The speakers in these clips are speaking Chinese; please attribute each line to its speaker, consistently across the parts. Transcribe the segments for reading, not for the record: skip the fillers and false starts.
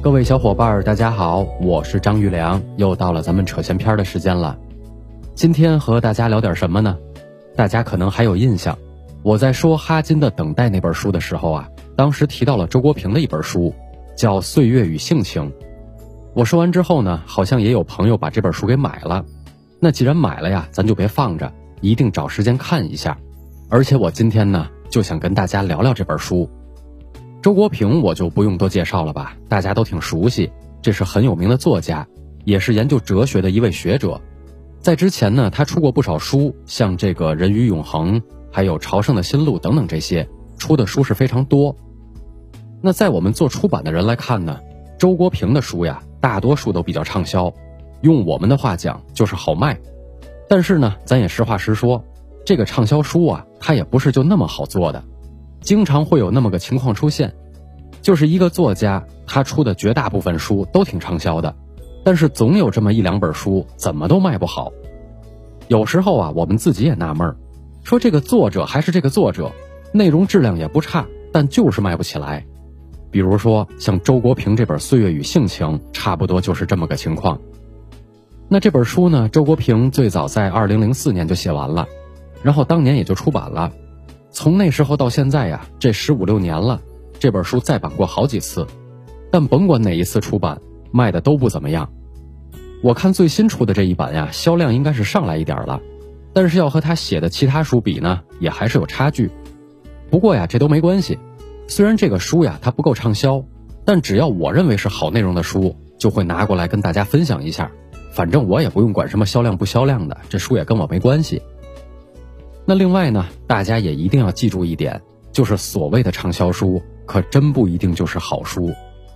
Speaker 1: 各位小伙伴大家好，我是张玉良，又到了咱们扯闲篇的时间了。今天和大家聊点什么呢？大家可能还有印象，我在说哈金的《等待》那本书的时候啊，当时提到了周国平的一本书，叫《岁月与性情》。我说完之后呢，好像也有朋友把这本书给买了。那既然买了呀，咱就别放着，一定找时间看一下。而且我今天呢，就想跟大家聊聊这本书。周国平我就不用多介绍了吧，大家都挺熟悉，这是很有名的作家，也是研究哲学的一位学者。在之前呢，他出过不少书，像这个《人与永恒》还有《朝圣的心路》等等，这些出的书是非常多。那在我们做出版的人来看呢，周国平的书呀，大多数都比较畅销，用我们的话讲就是好卖。但是呢，咱也实话实说，这个畅销书啊，它也不是就那么好做的，经常会有那么个情况出现，就是一个作家他出的绝大部分书都挺畅销的，但是总有这么一两本书怎么都卖不好。有时候啊，我们自己也纳闷，说这个作者还是这个作者，内容质量也不差，但就是卖不起来。比如说像周国平这本《岁月与性情》，差不多就是这么个情况。那这本书呢，周国平最早在2004年就写完了，然后当年也就出版了。从那时候到现在呀，这15、16年了，这本书再版过好几次，但甭管哪一次出版，卖的都不怎么样。我看最新出的这一版呀，销量应该是上来一点了，但是要和他写的其他书比呢，也还是有差距。不过呀，这都没关系，虽然这个书呀它不够畅销，但只要我认为是好内容的书，就会拿过来跟大家分享一下。反正我也不用管什么销量不销量的，这书也跟我没关系。那另外呢，大家也一定要记住一点，就是所谓的畅销书可真不一定就是好书。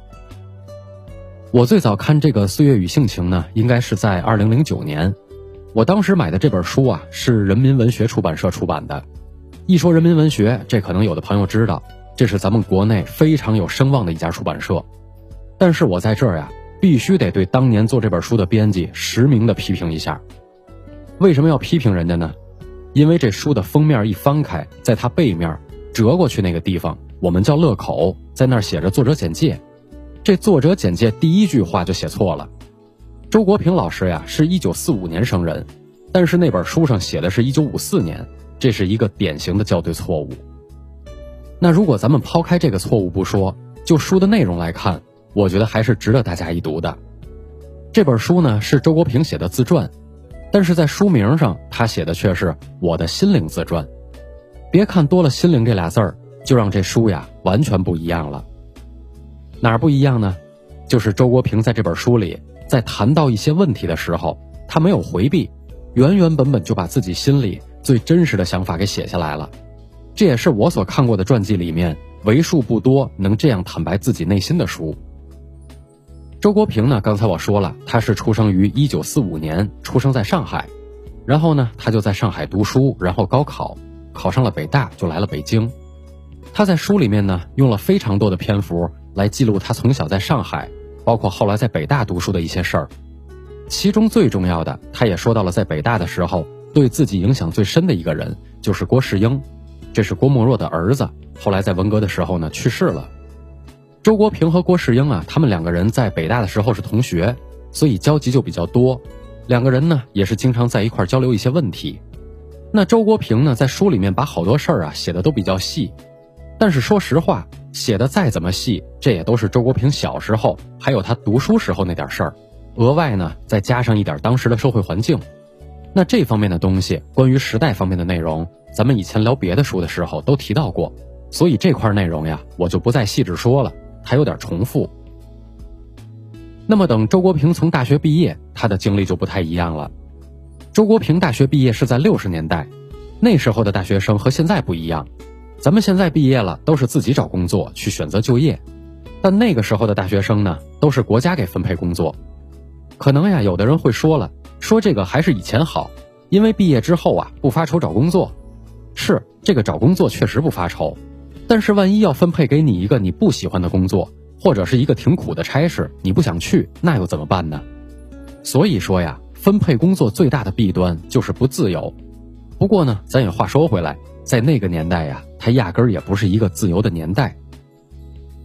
Speaker 1: 我最早看这个《岁月与性情》呢，应该是在2009年。我当时买的这本书啊，是人民文学出版社出版的。一说人民文学，这可能有的朋友知道，这是咱们国内非常有声望的一家出版社。但是我在这儿呀，必须得对当年做这本书的编辑实名的批评一下。为什么要批评人家呢？因为这书的封面一翻开，在它背面折过去那个地方，我们叫勒口，在那儿写着作者简介。这作者简介第一句话就写错了。周国平老师呀，是1945年生人，但是那本书上写的是1954年，这是一个典型的校对错误。那如果咱们抛开这个错误不说，就书的内容来看，我觉得还是值得大家一读的。这本书呢，是周国平写的自传，但是在书名上他写的却是我的心灵自传。别看多了心灵这俩字儿，就让这书呀完全不一样了。哪儿不一样呢？就是周国平在这本书里，在谈到一些问题的时候，他没有回避，原原本本就把自己心里最真实的想法给写下来了。这也是我所看过的传记里面为数不多能这样坦白自己内心的书。周国平呢，刚才我说了，他是出生于1945年，出生在上海。然后呢，他就在上海读书，然后高考，考上了北大，就来了北京。他在书里面呢，用了非常多的篇幅来记录他从小在上海，包括后来在北大读书的一些事儿。其中最重要的，他也说到了在北大的时候，对自己影响最深的一个人，就是郭世英。这是郭沫若的儿子，后来在文革的时候呢，去世了。周国平和郭世英啊，他们两个人在北大的时候是同学，所以交集就比较多。两个人呢，也是经常在一块交流一些问题。那周国平呢，在书里面把好多事儿啊写的都比较细，但是说实话，写的再怎么细，这也都是周国平小时候还有他读书时候那点事儿，额外呢再加上一点当时的社会环境。那这方面的东西，关于时代方面的内容，咱们以前聊别的书的时候都提到过，所以这块内容呀，我就不再细致说了，还有点重复。那么等周国平从大学毕业，他的经历就不太一样了。周国平大学毕业是在60年代，那时候的大学生和现在不一样，咱们现在毕业了都是自己找工作去选择就业，但那个时候的大学生呢，都是国家给分配工作。可能呀，有的人会说了，说这个还是以前好，因为毕业之后啊，不发愁找工作。是，这个找工作确实不发愁，但是万一要分配给你一个你不喜欢的工作，或者是一个挺苦的差事，你不想去，那又怎么办呢？所以说呀，分配工作最大的弊端就是不自由。不过呢，咱也话说回来，在那个年代呀，它压根儿也不是一个自由的年代。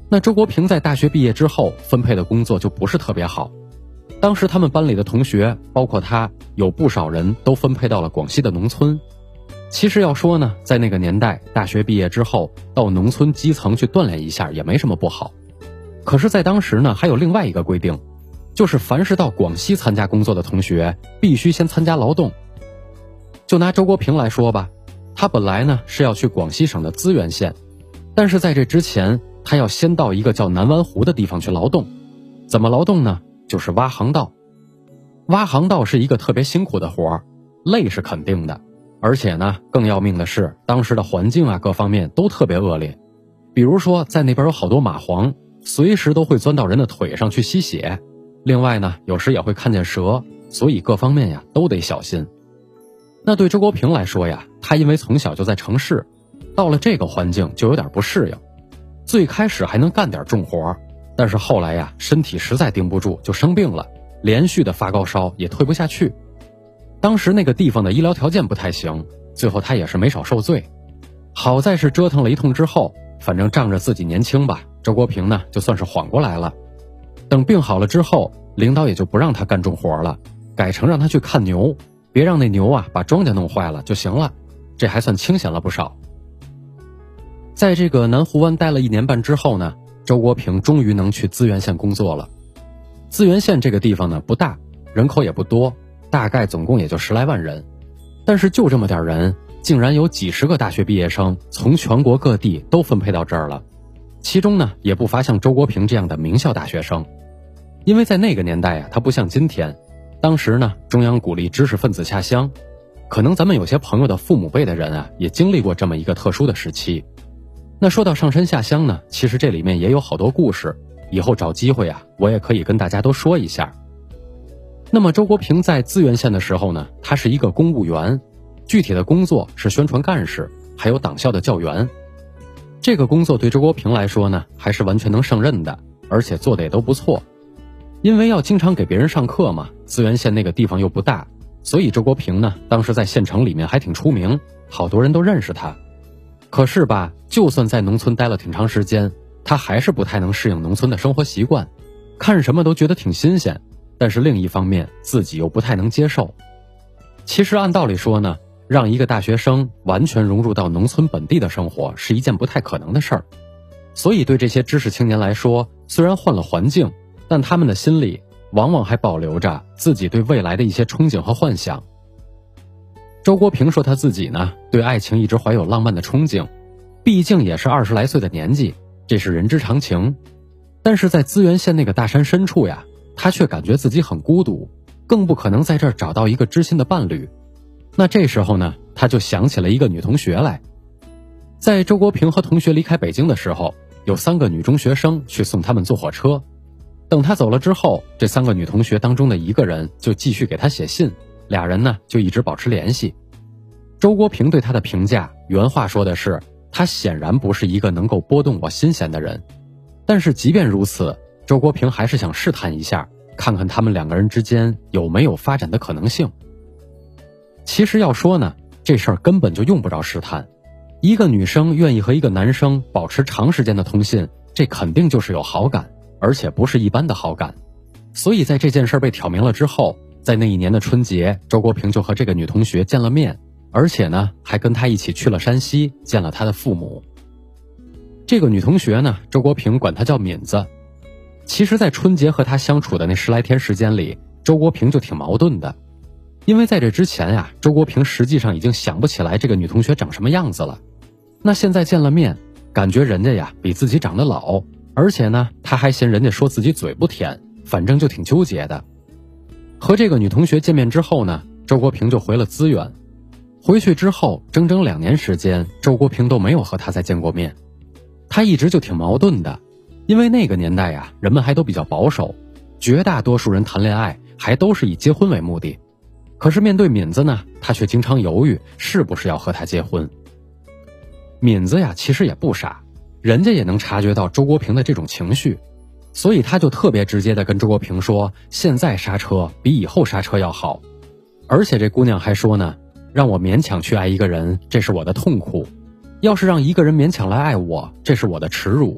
Speaker 1: 那周国平在大学毕业之后分配的工作就不是特别好。当时他们班里的同学，包括他，有不少人都分配到了广西的农村。其实要说呢，在那个年代，大学毕业之后到农村基层去锻炼一下也没什么不好。可是在当时呢，还有另外一个规定，就是凡是到广西参加工作的同学，必须先参加劳动。就拿周国平来说吧，他本来呢是要去广西省的资源县，但是在这之前，他要先到一个叫南湾湖的地方去劳动。怎么劳动呢？就是挖航道。挖航道是一个特别辛苦的活儿，累是肯定的，而且呢，更要命的是，当时的环境啊，各方面都特别恶劣。比如说，在那边有好多蚂蟥，随时都会钻到人的腿上去吸血。另外呢，有时也会看见蛇，所以各方面呀都得小心。那对周国平来说呀，他因为从小就在城市，到了这个环境就有点不适应。最开始还能干点重活，但是后来呀，身体实在顶不住，就生病了，连续的发高烧也退不下去。当时那个地方的医疗条件不太行，最后他也是没少受罪。好在是折腾了一通之后，反正仗着自己年轻吧，周国平呢就算是缓过来了。等病好了之后，领导也就不让他干重活了，改成让他去看牛，别让那牛啊把庄稼弄坏了就行了，这还算清闲了不少。在这个南湖湾待了1年半之后呢，周国平终于能去资源县工作了。资源县这个地方呢不大，人口也不多，大概总共也就10来万人，但是就这么点人，竟然有几十个大学毕业生从全国各地都分配到这儿了。其中呢也不乏像周国平这样的名校大学生。因为在那个年代啊，它不像今天，当时呢中央鼓励知识分子下乡，可能咱们有些朋友的父母辈的人啊，也经历过这么一个特殊的时期。那说到上山下乡呢，其实这里面也有好多故事，以后找机会啊，我也可以跟大家都说一下。那么周国平在资源县的时候呢，他是一个公务员，具体的工作是宣传干事，还有党校的教员。这个工作对周国平来说呢，还是完全能胜任的，而且做的也都不错。因为要经常给别人上课嘛，资源县那个地方又不大，所以周国平呢，当时在县城里面还挺出名，好多人都认识他。可是吧，就算在农村待了挺长时间，他还是不太能适应农村的生活习惯，看什么都觉得挺新鲜，但是另一方面自己又不太能接受。其实按道理说呢，让一个大学生完全融入到农村本地的生活是一件不太可能的事儿。所以对这些知识青年来说，虽然换了环境，但他们的心里往往还保留着自己对未来的一些憧憬和幻想。周国平说他自己呢，对爱情一直怀有浪漫的憧憬，毕竟也是20来岁的年纪，这是人之常情。但是在资源县那个大山深处呀，他却感觉自己很孤独，更不可能在这儿找到一个知心的伴侣。那这时候呢，他就想起了一个女同学来。在周国平和同学离开北京的时候，有3个女中学生去送他们坐火车。等他走了之后，这3个女同学当中的一个人就继续给他写信，俩人呢就一直保持联系。周国平对他的评价，原话说的是，他显然不是一个能够拨动我心弦的人。但是即便如此，周国平还是想试探一下，看看他们2个人之间有没有发展的可能性。其实要说呢，这事儿根本就用不着试探。一个女生愿意和一个男生保持长时间的通信，这肯定就是有好感，而且不是一般的好感。所以在这件事被挑明了之后，在那一年的春节，周国平就和这个女同学见了面，而且呢还跟她一起去了山西，见了她的父母。这个女同学呢，周国平管她叫敏子。其实在春节和她相处的那10来天时间里，周国平就挺矛盾的。因为在这之前呀，周国平实际上已经想不起来这个女同学长什么样子了。那现在见了面，感觉人家呀比自己长得老，而且呢他还嫌人家说自己嘴不甜，反正就挺纠结的。和这个女同学见面之后呢，周国平就回了资源。回去之后整整2年时间，周国平都没有和她再见过面。他一直就挺矛盾的，因为那个年代呀，人们还都比较保守，绝大多数人谈恋爱还都是以结婚为目的。可是面对敏子呢，他却经常犹豫是不是要和她结婚。敏子呀其实也不傻，人家也能察觉到周国平的这种情绪，所以他就特别直接地跟周国平说，现在刹车比以后刹车要好。而且这姑娘还说呢，让我勉强去爱一个人，这是我的痛苦，要是让一个人勉强来爱我，这是我的耻辱。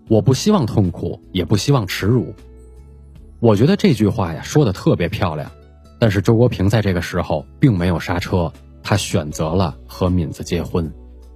Speaker 1: 我不希望痛苦，也不希望耻辱。我觉得这句话呀说得特别漂亮，但是周国平在这个时候并没有刹车，他选择了和敏子结婚。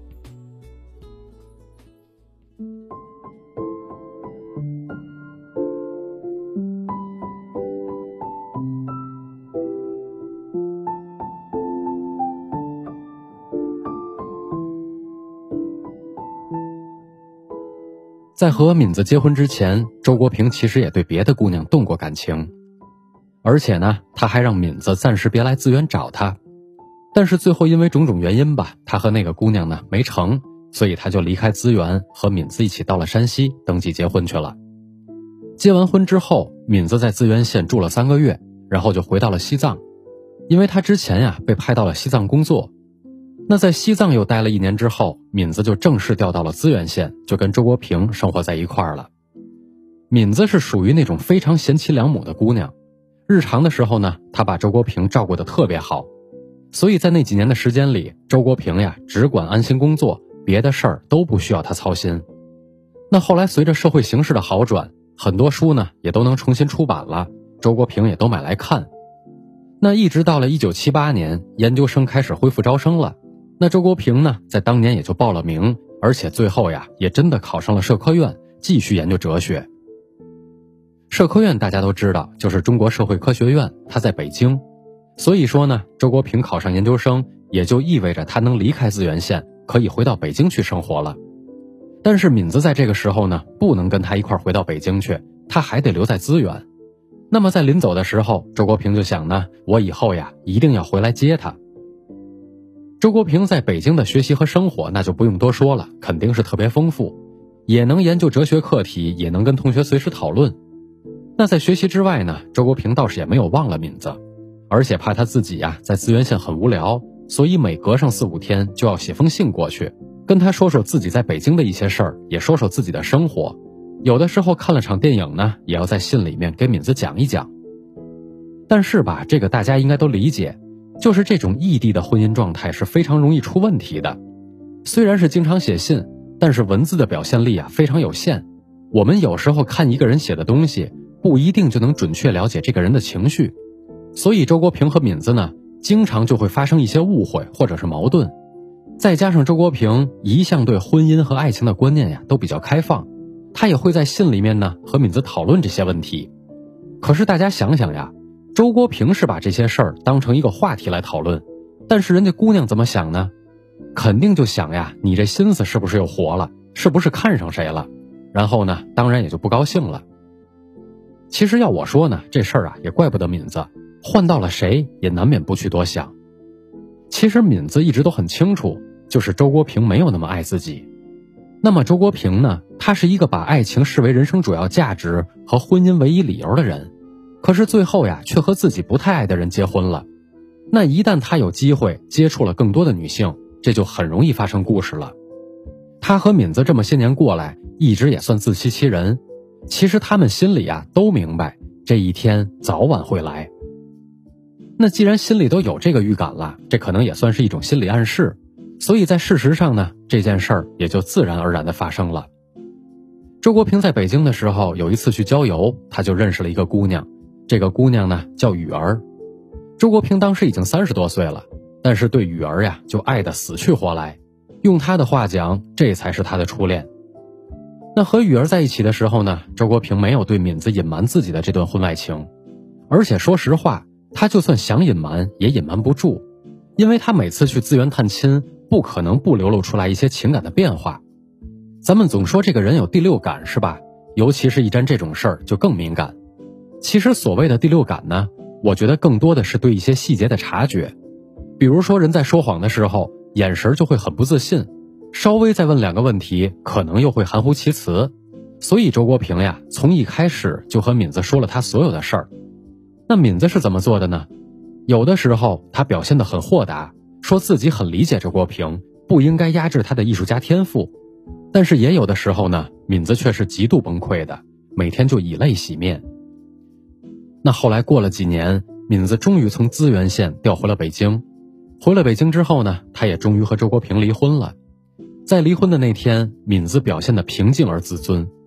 Speaker 1: 在和敏子结婚之前，周国平其实也对别的姑娘动过感情，而且呢，他还让敏子暂时别来资源找他。但是最后因为种种原因吧，他和那个姑娘呢没成，所以他就离开资源，和敏子一起到了山西登记结婚去了。结完婚之后，敏子在资源县住了3个月，然后就回到了西藏，因为他之前呀被派到了西藏工作。那在西藏又待了1年之后，敏子就正式调到了资源县，就跟周国平生活在一块儿了。敏子是属于那种非常贤妻良母的姑娘，日常的时候呢，她把周国平照顾得特别好，所以在那几年的时间里，周国平呀只管安心工作，别的事儿都不需要他操心。那后来随着社会形势的好转，很多书呢也都能重新出版了，周国平也都买来看。那一直到了1978年，研究生开始恢复招生了，那周国平呢在当年也就报了名，而且最后呀也真的考上了社科院，继续研究哲学。社科院大家都知道，就是中国社会科学院，它在北京。所以说呢，周国平考上研究生，也就意味着他能离开资源县，可以回到北京去生活了。但是敏子在这个时候呢，不能跟他一块回到北京去，他还得留在资源。那么在临走的时候，周国平就想呢，我以后呀一定要回来接他。周国平在北京的学习和生活那就不用多说了，肯定是特别丰富，也能研究哲学课题，也能跟同学随时讨论。那在学习之外呢，周国平倒是也没有忘了敏子，而且怕他自己呀在资源县很无聊，所以每隔上4、5天就要写封信过去，跟他说说自己在北京的一些事儿，也说说自己的生活。有的时候看了场电影呢，也要在信里面给敏子讲一讲。但是吧，这个大家应该都理解，就是这种异地的婚姻状态是非常容易出问题的。虽然是经常写信，但是文字的表现力啊非常有限。我们有时候看一个人写的东西，不一定就能准确了解这个人的情绪。所以周国平和敏子呢，经常就会发生一些误会或者是矛盾。再加上周国平一向对婚姻和爱情的观念呀都比较开放，他也会在信里面呢和敏子讨论这些问题。可是大家想想呀，周国平是把这些事儿当成一个话题来讨论，但是人家姑娘怎么想呢？肯定就想呀，你这心思是不是又活了，是不是看上谁了？然后呢，当然也就不高兴了。其实要我说呢，这事儿啊也怪不得敏子，换到了谁也难免不去多想。其实敏子一直都很清楚，就是周国平没有那么爱自己。那么周国平呢，他是一个把爱情视为人生主要价值和婚姻唯一理由的人，可是最后呀却和自己不太爱的人结婚了。那一旦他有机会接触了更多的女性，这就很容易发生故事了。他和敏子这么些年过来，一直也算自欺欺人，其实他们心里啊都明白，这一天早晚会来。那既然心里都有这个预感了，这可能也算是一种心理暗示，所以在事实上呢，这件事儿也就自然而然地发生了。周国平在北京的时候，有一次去郊游，他就认识了一个姑娘，这个姑娘呢叫雨儿。周国平当时已经30多岁了，但是对雨儿呀就爱得死去活来，用他的话讲，这才是他的初恋。那和雨儿在一起的时候呢，周国平没有对敏子隐瞒自己的这段婚外情，而且说实话，他就算想隐瞒也隐瞒不住，因为他每次去资源探亲，不可能不流露出来一些情感的变化。咱们总说这个人有第六感是吧？尤其是一沾这种事儿就更敏感。其实所谓的第六感呢，我觉得更多的是对一些细节的察觉。比如说人在说谎的时候，眼神就会很不自信，稍微再问2个问题，可能又会含糊其辞。所以周国平呀，从一开始就和敏子说了他所有的事儿。那敏子是怎么做的呢？有的时候他表现得很豁达，说自己很理解周国平，不应该压制他的艺术家天赋。但是也有的时候呢，敏子却是极度崩溃的，每天就以泪洗面。那后来过了几年，敏子终于从资源县调回了北京。回了北京之后呢，他也终于和周国平离婚了。在离婚的那天，敏子表现得平静而自尊，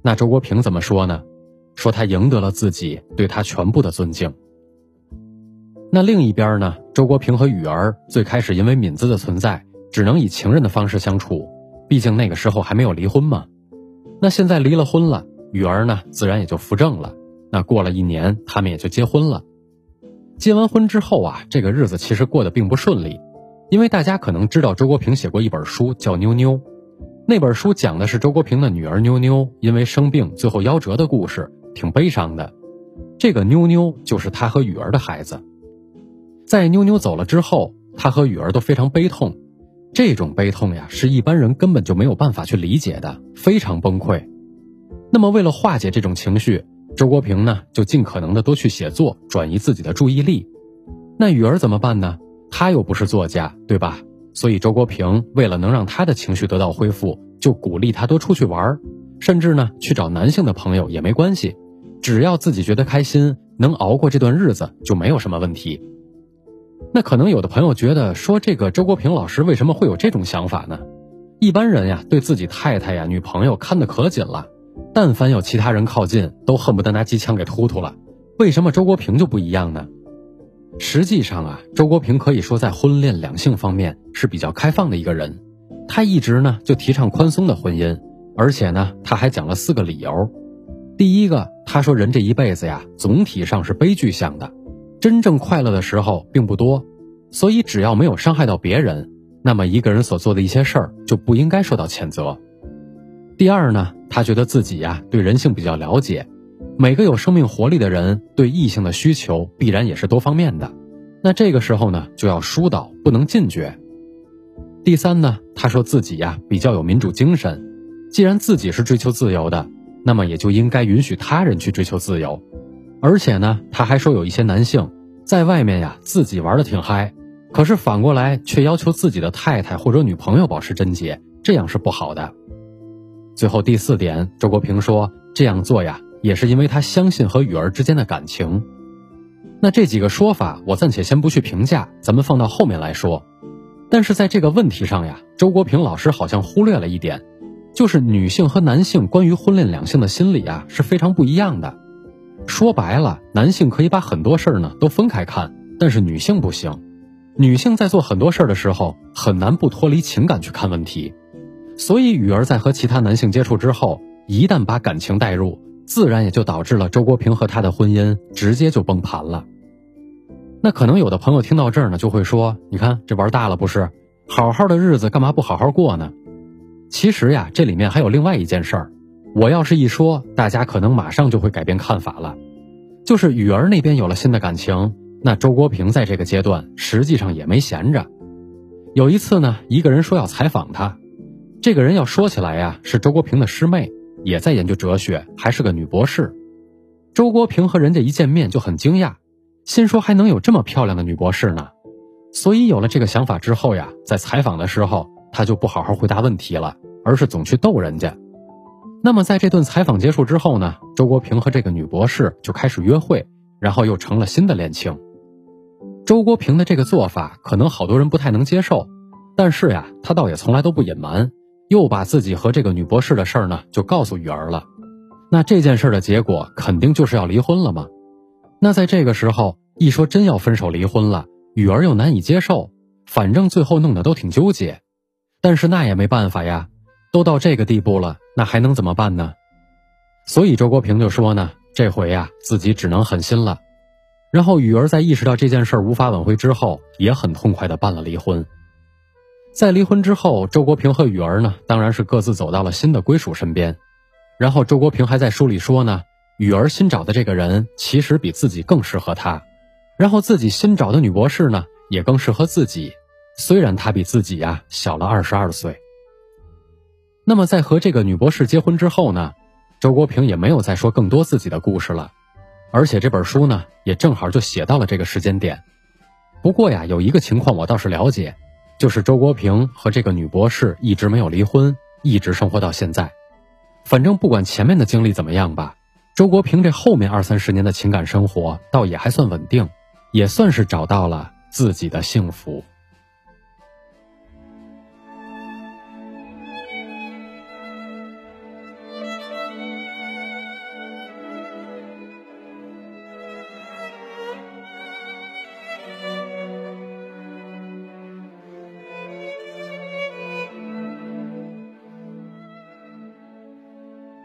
Speaker 1: 那周国平怎么说呢？说他赢得了自己对他全部的尊敬。那另一边呢，周国平和雨儿最开始因为敏子的存在，只能以情人的方式相处，毕竟那个时候还没有离婚嘛。那现在离了婚了，雨儿呢自然也就扶正了。那过了1年，他们也就结婚了。结完婚之后啊，这个日子其实过得并不顺利，因为大家可能知道周国平写过一本书叫《妞妞》，那本书讲的是周国平的女儿妞妞因为生病最后夭折的故事，挺悲伤的。这个妞妞就是他和雨儿的孩子。在妞妞走了之后，他和雨儿都非常悲痛，这种悲痛呀是一般人根本就没有办法去理解的，非常崩溃。那么为了化解这种情绪，周国平呢就尽可能的多去写作，转移自己的注意力。那雨儿怎么办呢？他又不是作家，对吧？所以周国平为了能让他的情绪得到恢复，就鼓励他多出去玩，甚至呢去找男性的朋友也没关系，只要自己觉得开心，能熬过这段日子就没有什么问题。那可能有的朋友觉得说，这个周国平老师为什么会有这种想法呢？一般人呀对自己太太呀女朋友看得可紧了，但凡有其他人靠近都恨不得拿机枪给突突了，为什么周国平就不一样呢？实际上啊，周国平可以说在婚恋两性方面是比较开放的一个人，他一直呢就提倡宽松的婚姻，而且呢他还讲了4个理由。第一个，他说人这一辈子呀总体上是悲剧向的，真正快乐的时候并不多，所以只要没有伤害到别人，那么一个人所做的一些事儿就不应该受到谴责。第二呢，他觉得自己呀对人性比较了解，每个有生命活力的人对异性的需求必然也是多方面的，那这个时候呢就要疏导，不能禁绝。第三呢，他说自己呀比较有民主精神，既然自己是追求自由的，那么也就应该允许他人去追求自由。而且呢，他还说有一些男性在外面呀自己玩得挺嗨，可是反过来却要求自己的太太或者女朋友保持贞洁，这样是不好的。最后第4点，周国平说这样做呀也是因为他相信和雨儿之间的感情。那这几个说法我暂且先不去评价，咱们放到后面来说。但是在这个问题上呀，周国平老师好像忽略了一点，就是女性和男性关于婚恋两性的心理啊是非常不一样的。说白了，男性可以把很多事儿呢都分开看，但是女性不行。女性在做很多事儿的时候，很难不脱离情感去看问题。所以雨儿在和其他男性接触之后，一旦把感情带入，自然也就导致了周国平和他的婚姻直接就崩盘了。那可能有的朋友听到这儿呢，就会说，你看这玩大了不是？好好的日子干嘛不好好过呢？其实呀，这里面还有另外一件事儿，我要是一说，大家可能马上就会改变看法了。就是雨儿那边有了新的感情，那周国平在这个阶段实际上也没闲着。有一次呢，一个人说要采访他，这个人要说起来呀，是周国平的师妹，也在研究哲学，还是个女博士。周国平和人家一见面就很惊讶，心说还能有这么漂亮的女博士呢。所以有了这个想法之后呀，在采访的时候他就不好好回答问题了，而是总去逗人家。那么在这顿采访结束之后呢，周国平和这个女博士就开始约会，然后又成了新的恋情。周国平的这个做法可能好多人不太能接受，但是呀，他倒也从来都不隐瞒，又把自己和这个女博士的事儿呢就告诉雨儿了。那这件事的结果肯定就是要离婚了嘛。那在这个时候一说真要分手离婚了，雨儿又难以接受，反正最后弄得都挺纠结。但是那也没办法呀，都到这个地步了，那还能怎么办呢？所以周国平就说呢，这回呀自己只能狠心了。然后雨儿在意识到这件事无法挽回之后，也很痛快地办了离婚。在离婚之后，周国平和雨儿呢当然是各自走到了新的归属身边。然后周国平还在书里说呢，雨儿新找的这个人其实比自己更适合他，然后自己新找的女博士呢也更适合自己，虽然她比自己呀小了22岁。那么在和这个女博士结婚之后呢，周国平也没有再说更多自己的故事了，而且这本书呢也正好就写到了这个时间点。不过呀，有一个情况我倒是了解，就是周国平和这个女博士一直没有离婚，一直生活到现在。反正不管前面的经历怎么样吧，周国平这后面20-30年的情感生活倒也还算稳定，也算是找到了自己的幸福。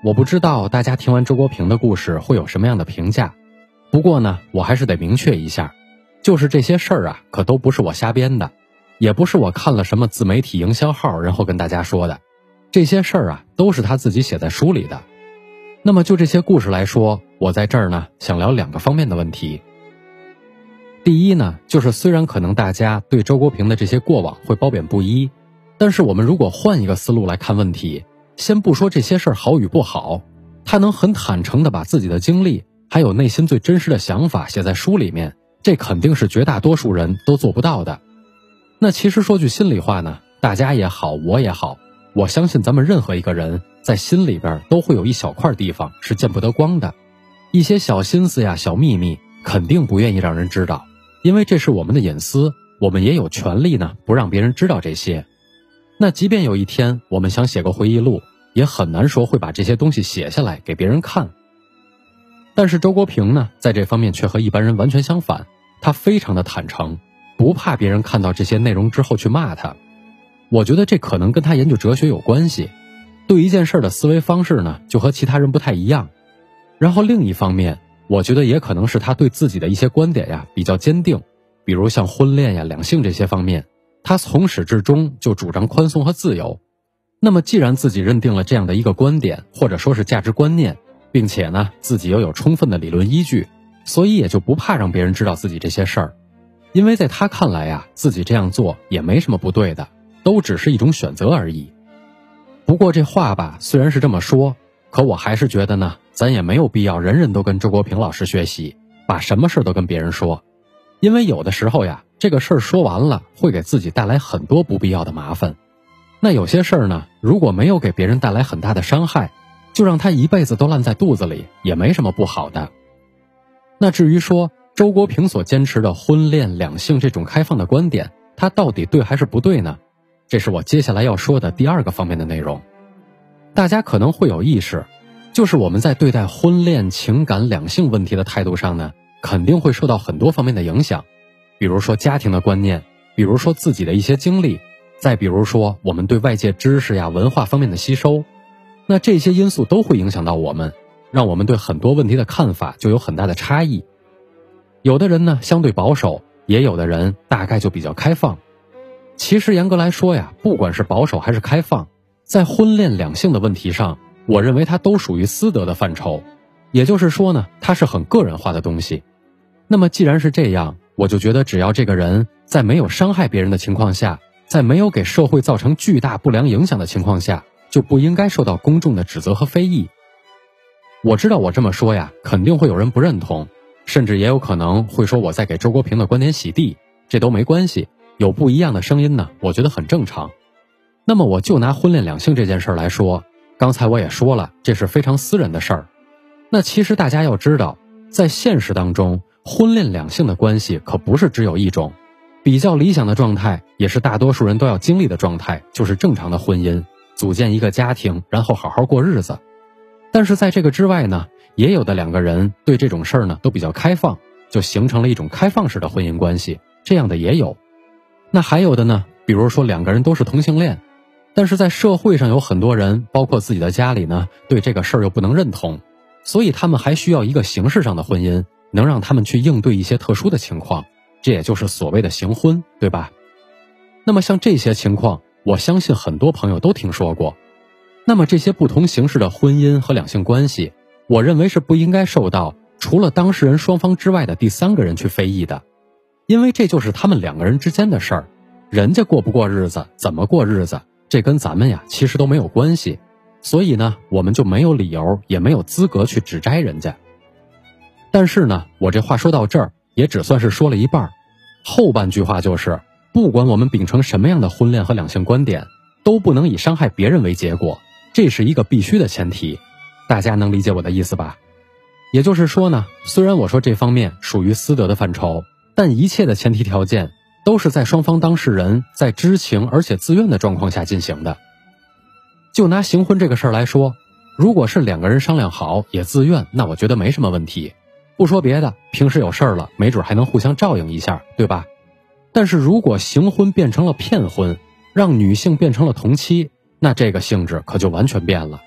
Speaker 1: 我不知道大家听完周国平的故事会有什么样的评价，不过呢，我还是得明确一下，就是这些事儿啊，可都不是我瞎编的，也不是我看了什么自媒体营销号然后跟大家说的，这些事儿啊，都是他自己写在书里的。那么就这些故事来说，我在这儿呢，想聊2个方面的问题。第一呢，就是虽然可能大家对周国平的这些过往会褒贬不一，但是我们如果换一个思路来看问题，先不说这些事儿好与不好，他能很坦诚地把自己的经历还有内心最真实的想法写在书里面，这肯定是绝大多数人都做不到的。那其实说句心里话呢，大家也好，我也好，我相信咱们任何一个人在心里边都会有一小块地方是见不得光的，一些小心思呀、小秘密肯定不愿意让人知道，因为这是我们的隐私，我们也有权利呢不让别人知道这些。那即便有一天我们想写个回忆录，也很难说会把这些东西写下来给别人看。但是周国平呢，在这方面却和一般人完全相反，他非常的坦诚，不怕别人看到这些内容之后去骂他。我觉得这可能跟他研究哲学有关系，对一件事的思维方式呢，就和其他人不太一样。然后另一方面，我觉得也可能是他对自己的一些观点呀比较坚定，比如像婚恋呀、两性这些方面，他从始至终就主张宽松和自由。那么既然自己认定了这样的一个观点，或者说是价值观念，并且呢自己又有充分的理论依据，所以也就不怕让别人知道自己这些事儿。因为在他看来呀，自己这样做也没什么不对的，都只是一种选择而已。不过这话吧，虽然是这么说，可我还是觉得呢，咱也没有必要人人都跟周国平老师学习，把什么事都跟别人说。因为有的时候呀，这个事儿说完了，会给自己带来很多不必要的麻烦。那有些事儿呢，如果没有给别人带来很大的伤害，就让他一辈子都烂在肚子里，也没什么不好的。那至于说周国平所坚持的婚恋两性这种开放的观点，它到底对还是不对呢？这是我接下来要说的第2个方面的内容。大家可能会有意识，就是我们在对待婚恋、情感、两性问题的态度上呢，肯定会受到很多方面的影响，比如说家庭的观念，比如说自己的一些经历，再比如说我们对外界知识呀、文化方面的吸收。那这些因素都会影响到我们，让我们对很多问题的看法就有很大的差异。有的人呢相对保守，也有的人大概就比较开放。其实严格来说呀，不管是保守还是开放，在婚恋两性的问题上，我认为它都属于私德的范畴，也就是说呢，它是很个人化的东西。那么既然是这样，我就觉得只要这个人在没有伤害别人的情况下，在没有给社会造成巨大不良影响的情况下，就不应该受到公众的指责和非议。我知道我这么说呀，肯定会有人不认同，甚至也有可能会说我在给周国平的观点洗地，这都没关系，有不一样的声音呢，我觉得很正常。那么我就拿婚恋两性这件事来说，刚才我也说了，这是非常私人的事儿。那其实大家要知道，在现实当中，婚恋两性的关系可不是只有一种，比较理想的状态，也是大多数人都要经历的状态，就是正常的婚姻，组建一个家庭，然后好好过日子。但是在这个之外呢，也有的两个人对这种事儿呢都比较开放，就形成了一种开放式的婚姻关系，这样的也有。那还有的呢，比如说两个人都是同性恋，但是在社会上有很多人，包括自己的家里呢，对这个事儿又不能认同，所以他们还需要一个形式上的婚姻，能让他们去应对一些特殊的情况，这也就是所谓的行婚，对吧？那么像这些情况，我相信很多朋友都听说过。那么这些不同形式的婚姻和两性关系，我认为是不应该受到除了当事人双方之外的第三个人去非议的，因为这就是他们两个人之间的事儿，人家过不过日子，怎么过日子，这跟咱们呀其实都没有关系，所以呢，我们就没有理由，也没有资格去指摘人家。但是呢，我这话说到这儿，也只算是说了一半，后半句话就是，不管我们秉承什么样的婚恋和两性观点，都不能以伤害别人为结果，这是一个必须的前提。大家能理解我的意思吧？也就是说呢，虽然我说这方面属于私德的范畴，但一切的前提条件都是在双方当事人在知情而且自愿的状况下进行的。就拿行婚这个事儿来说，如果是两个人商量好也自愿，那我觉得没什么问题。不说别的，平时有事儿了，没准还能互相照应一下，对吧？但是如果行婚变成了骗婚，让女性变成了同妻，那这个性质可就完全变了。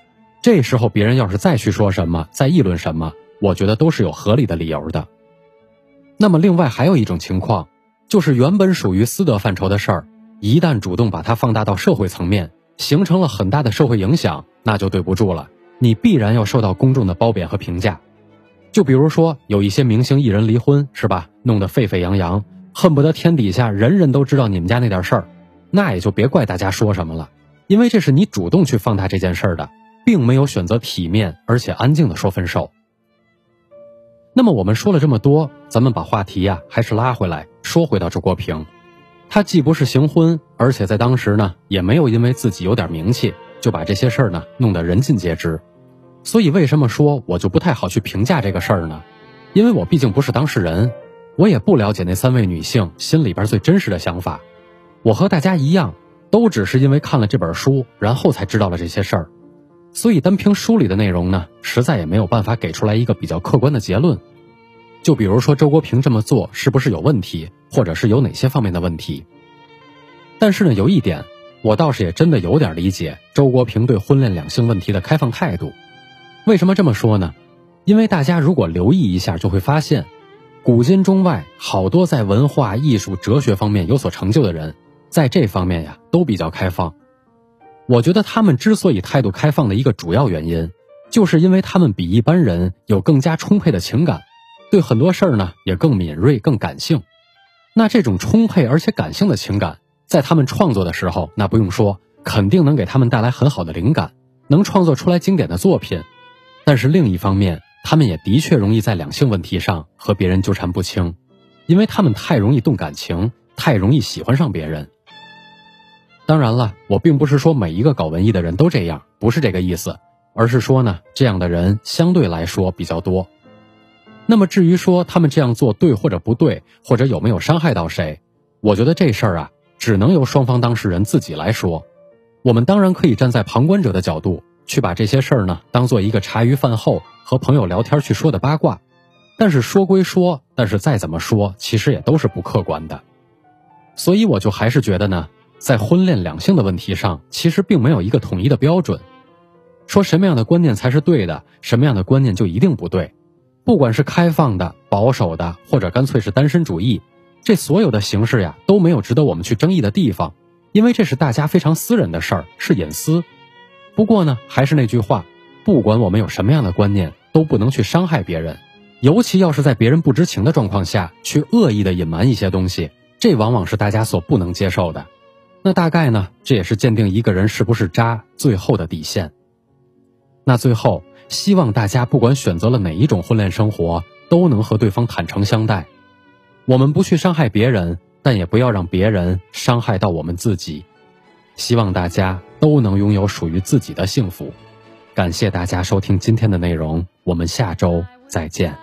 Speaker 1: 这时候别人要是再去说什么，再议论什么，我觉得都是有合理的理由的。那么另外还有一种情况，就是原本属于私德范畴的事儿，一旦主动把它放大到社会层面，形成了很大的社会影响，那就对不住了，你必然要受到公众的褒贬和评价。就比如说有一些明星艺人离婚，是吧，弄得沸沸扬扬，恨不得天底下人人都知道你们家那点事儿，那也就别怪大家说什么了，因为这是你主动去放大这件事儿的，并没有选择体面而且安静的说分手。那么我们说了这么多，咱们把话题还是拉回来，说回到周国平。他既不是行婚，而且在当时呢，也没有因为自己有点名气，就把这些事儿呢弄得人尽皆知。所以为什么说我就不太好去评价这个事儿呢？因为我毕竟不是当事人，我也不了解那3位女性心里边最真实的想法。我和大家一样，都只是因为看了这本书，然后才知道了这些事儿。所以单凭书里的内容呢，实在也没有办法给出来一个比较客观的结论。就比如说周国平这么做是不是有问题，或者是有哪些方面的问题。但是呢，有一点我倒是也真的有点理解周国平对婚恋两性问题的开放态度。为什么这么说呢？因为大家如果留意一下就会发现，古今中外好多在文化、艺术、哲学方面有所成就的人，在这方面都比较开放。我觉得他们之所以态度开放的一个主要原因，就是因为他们比一般人有更加充沛的情感，对很多事儿呢也更敏锐、更感性。那这种充沛而且感性的情感，在他们创作的时候，那不用说，肯定能给他们带来很好的灵感，能创作出来经典的作品。但是另一方面，他们也的确容易在两性问题上和别人纠缠不清，因为他们太容易动感情，太容易喜欢上别人。当然了，我并不是说每一个搞文艺的人都这样，不是这个意思，而是说呢，这样的人相对来说比较多。那么至于说他们这样做对或者不对，或者有没有伤害到谁，我觉得这事儿只能由双方当事人自己来说。我们当然可以站在旁观者的角度，去把这些事儿呢当做一个茶余饭后和朋友聊天去说的八卦，但是说归说，但是再怎么说，其实也都是不客观的。所以我就还是觉得呢，在婚恋两性的问题上，其实并没有一个统一的标准，说什么样的观念才是对的，什么样的观念就一定不对。不管是开放的、保守的，或者干脆是单身主义，这所有的形式都没有值得我们去争议的地方，因为这是大家非常私人的事儿，是隐私。不过呢，还是那句话，不管我们有什么样的观念，都不能去伤害别人，尤其要是在别人不知情的状况下去恶意的隐瞒一些东西，这往往是大家所不能接受的。那大概呢，这也是鉴定一个人是不是渣最后的底线。那最后，希望大家不管选择了哪一种婚恋生活，都能和对方坦诚相待。我们不去伤害别人，但也不要让别人伤害到我们自己。希望大家都能拥有属于自己的幸福。感谢大家收听今天的内容，我们下周再见。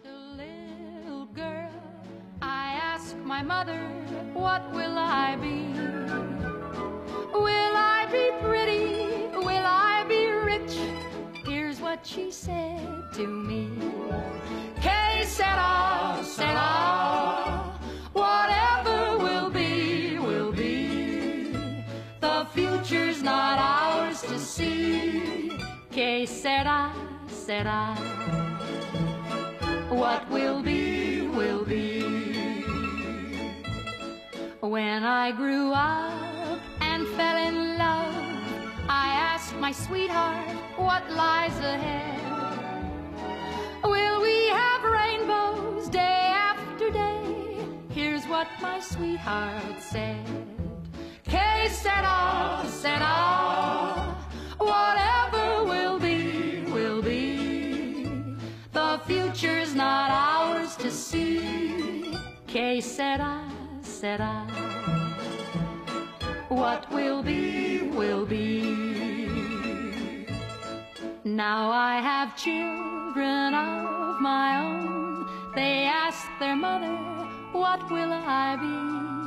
Speaker 2: She said to me, Que sera, sera, whatever will be, will be. The future's not ours to see. Que sera, sera, what will be, will be. When I grew up and fell in love, I asked my sweetheart what lies ahead. Will we have rainbows day after day? Here's what my sweetheart said. Que sera, sera, whatever will be, will be. The future's not ours to see. Que sera, sera, what will be, will be. Now I have children of my own. They ask their mother, what will I be?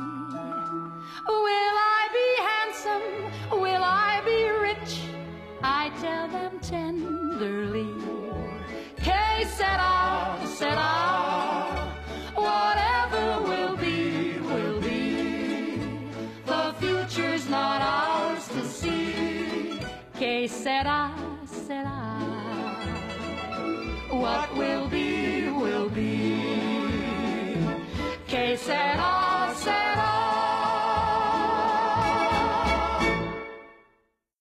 Speaker 2: Will I be handsome? Will I be rich? I tell them tenderly, Que sera, sera, whatever will be, will be. The future's not ours to see. Que sera, será. What will be, will be. Que será?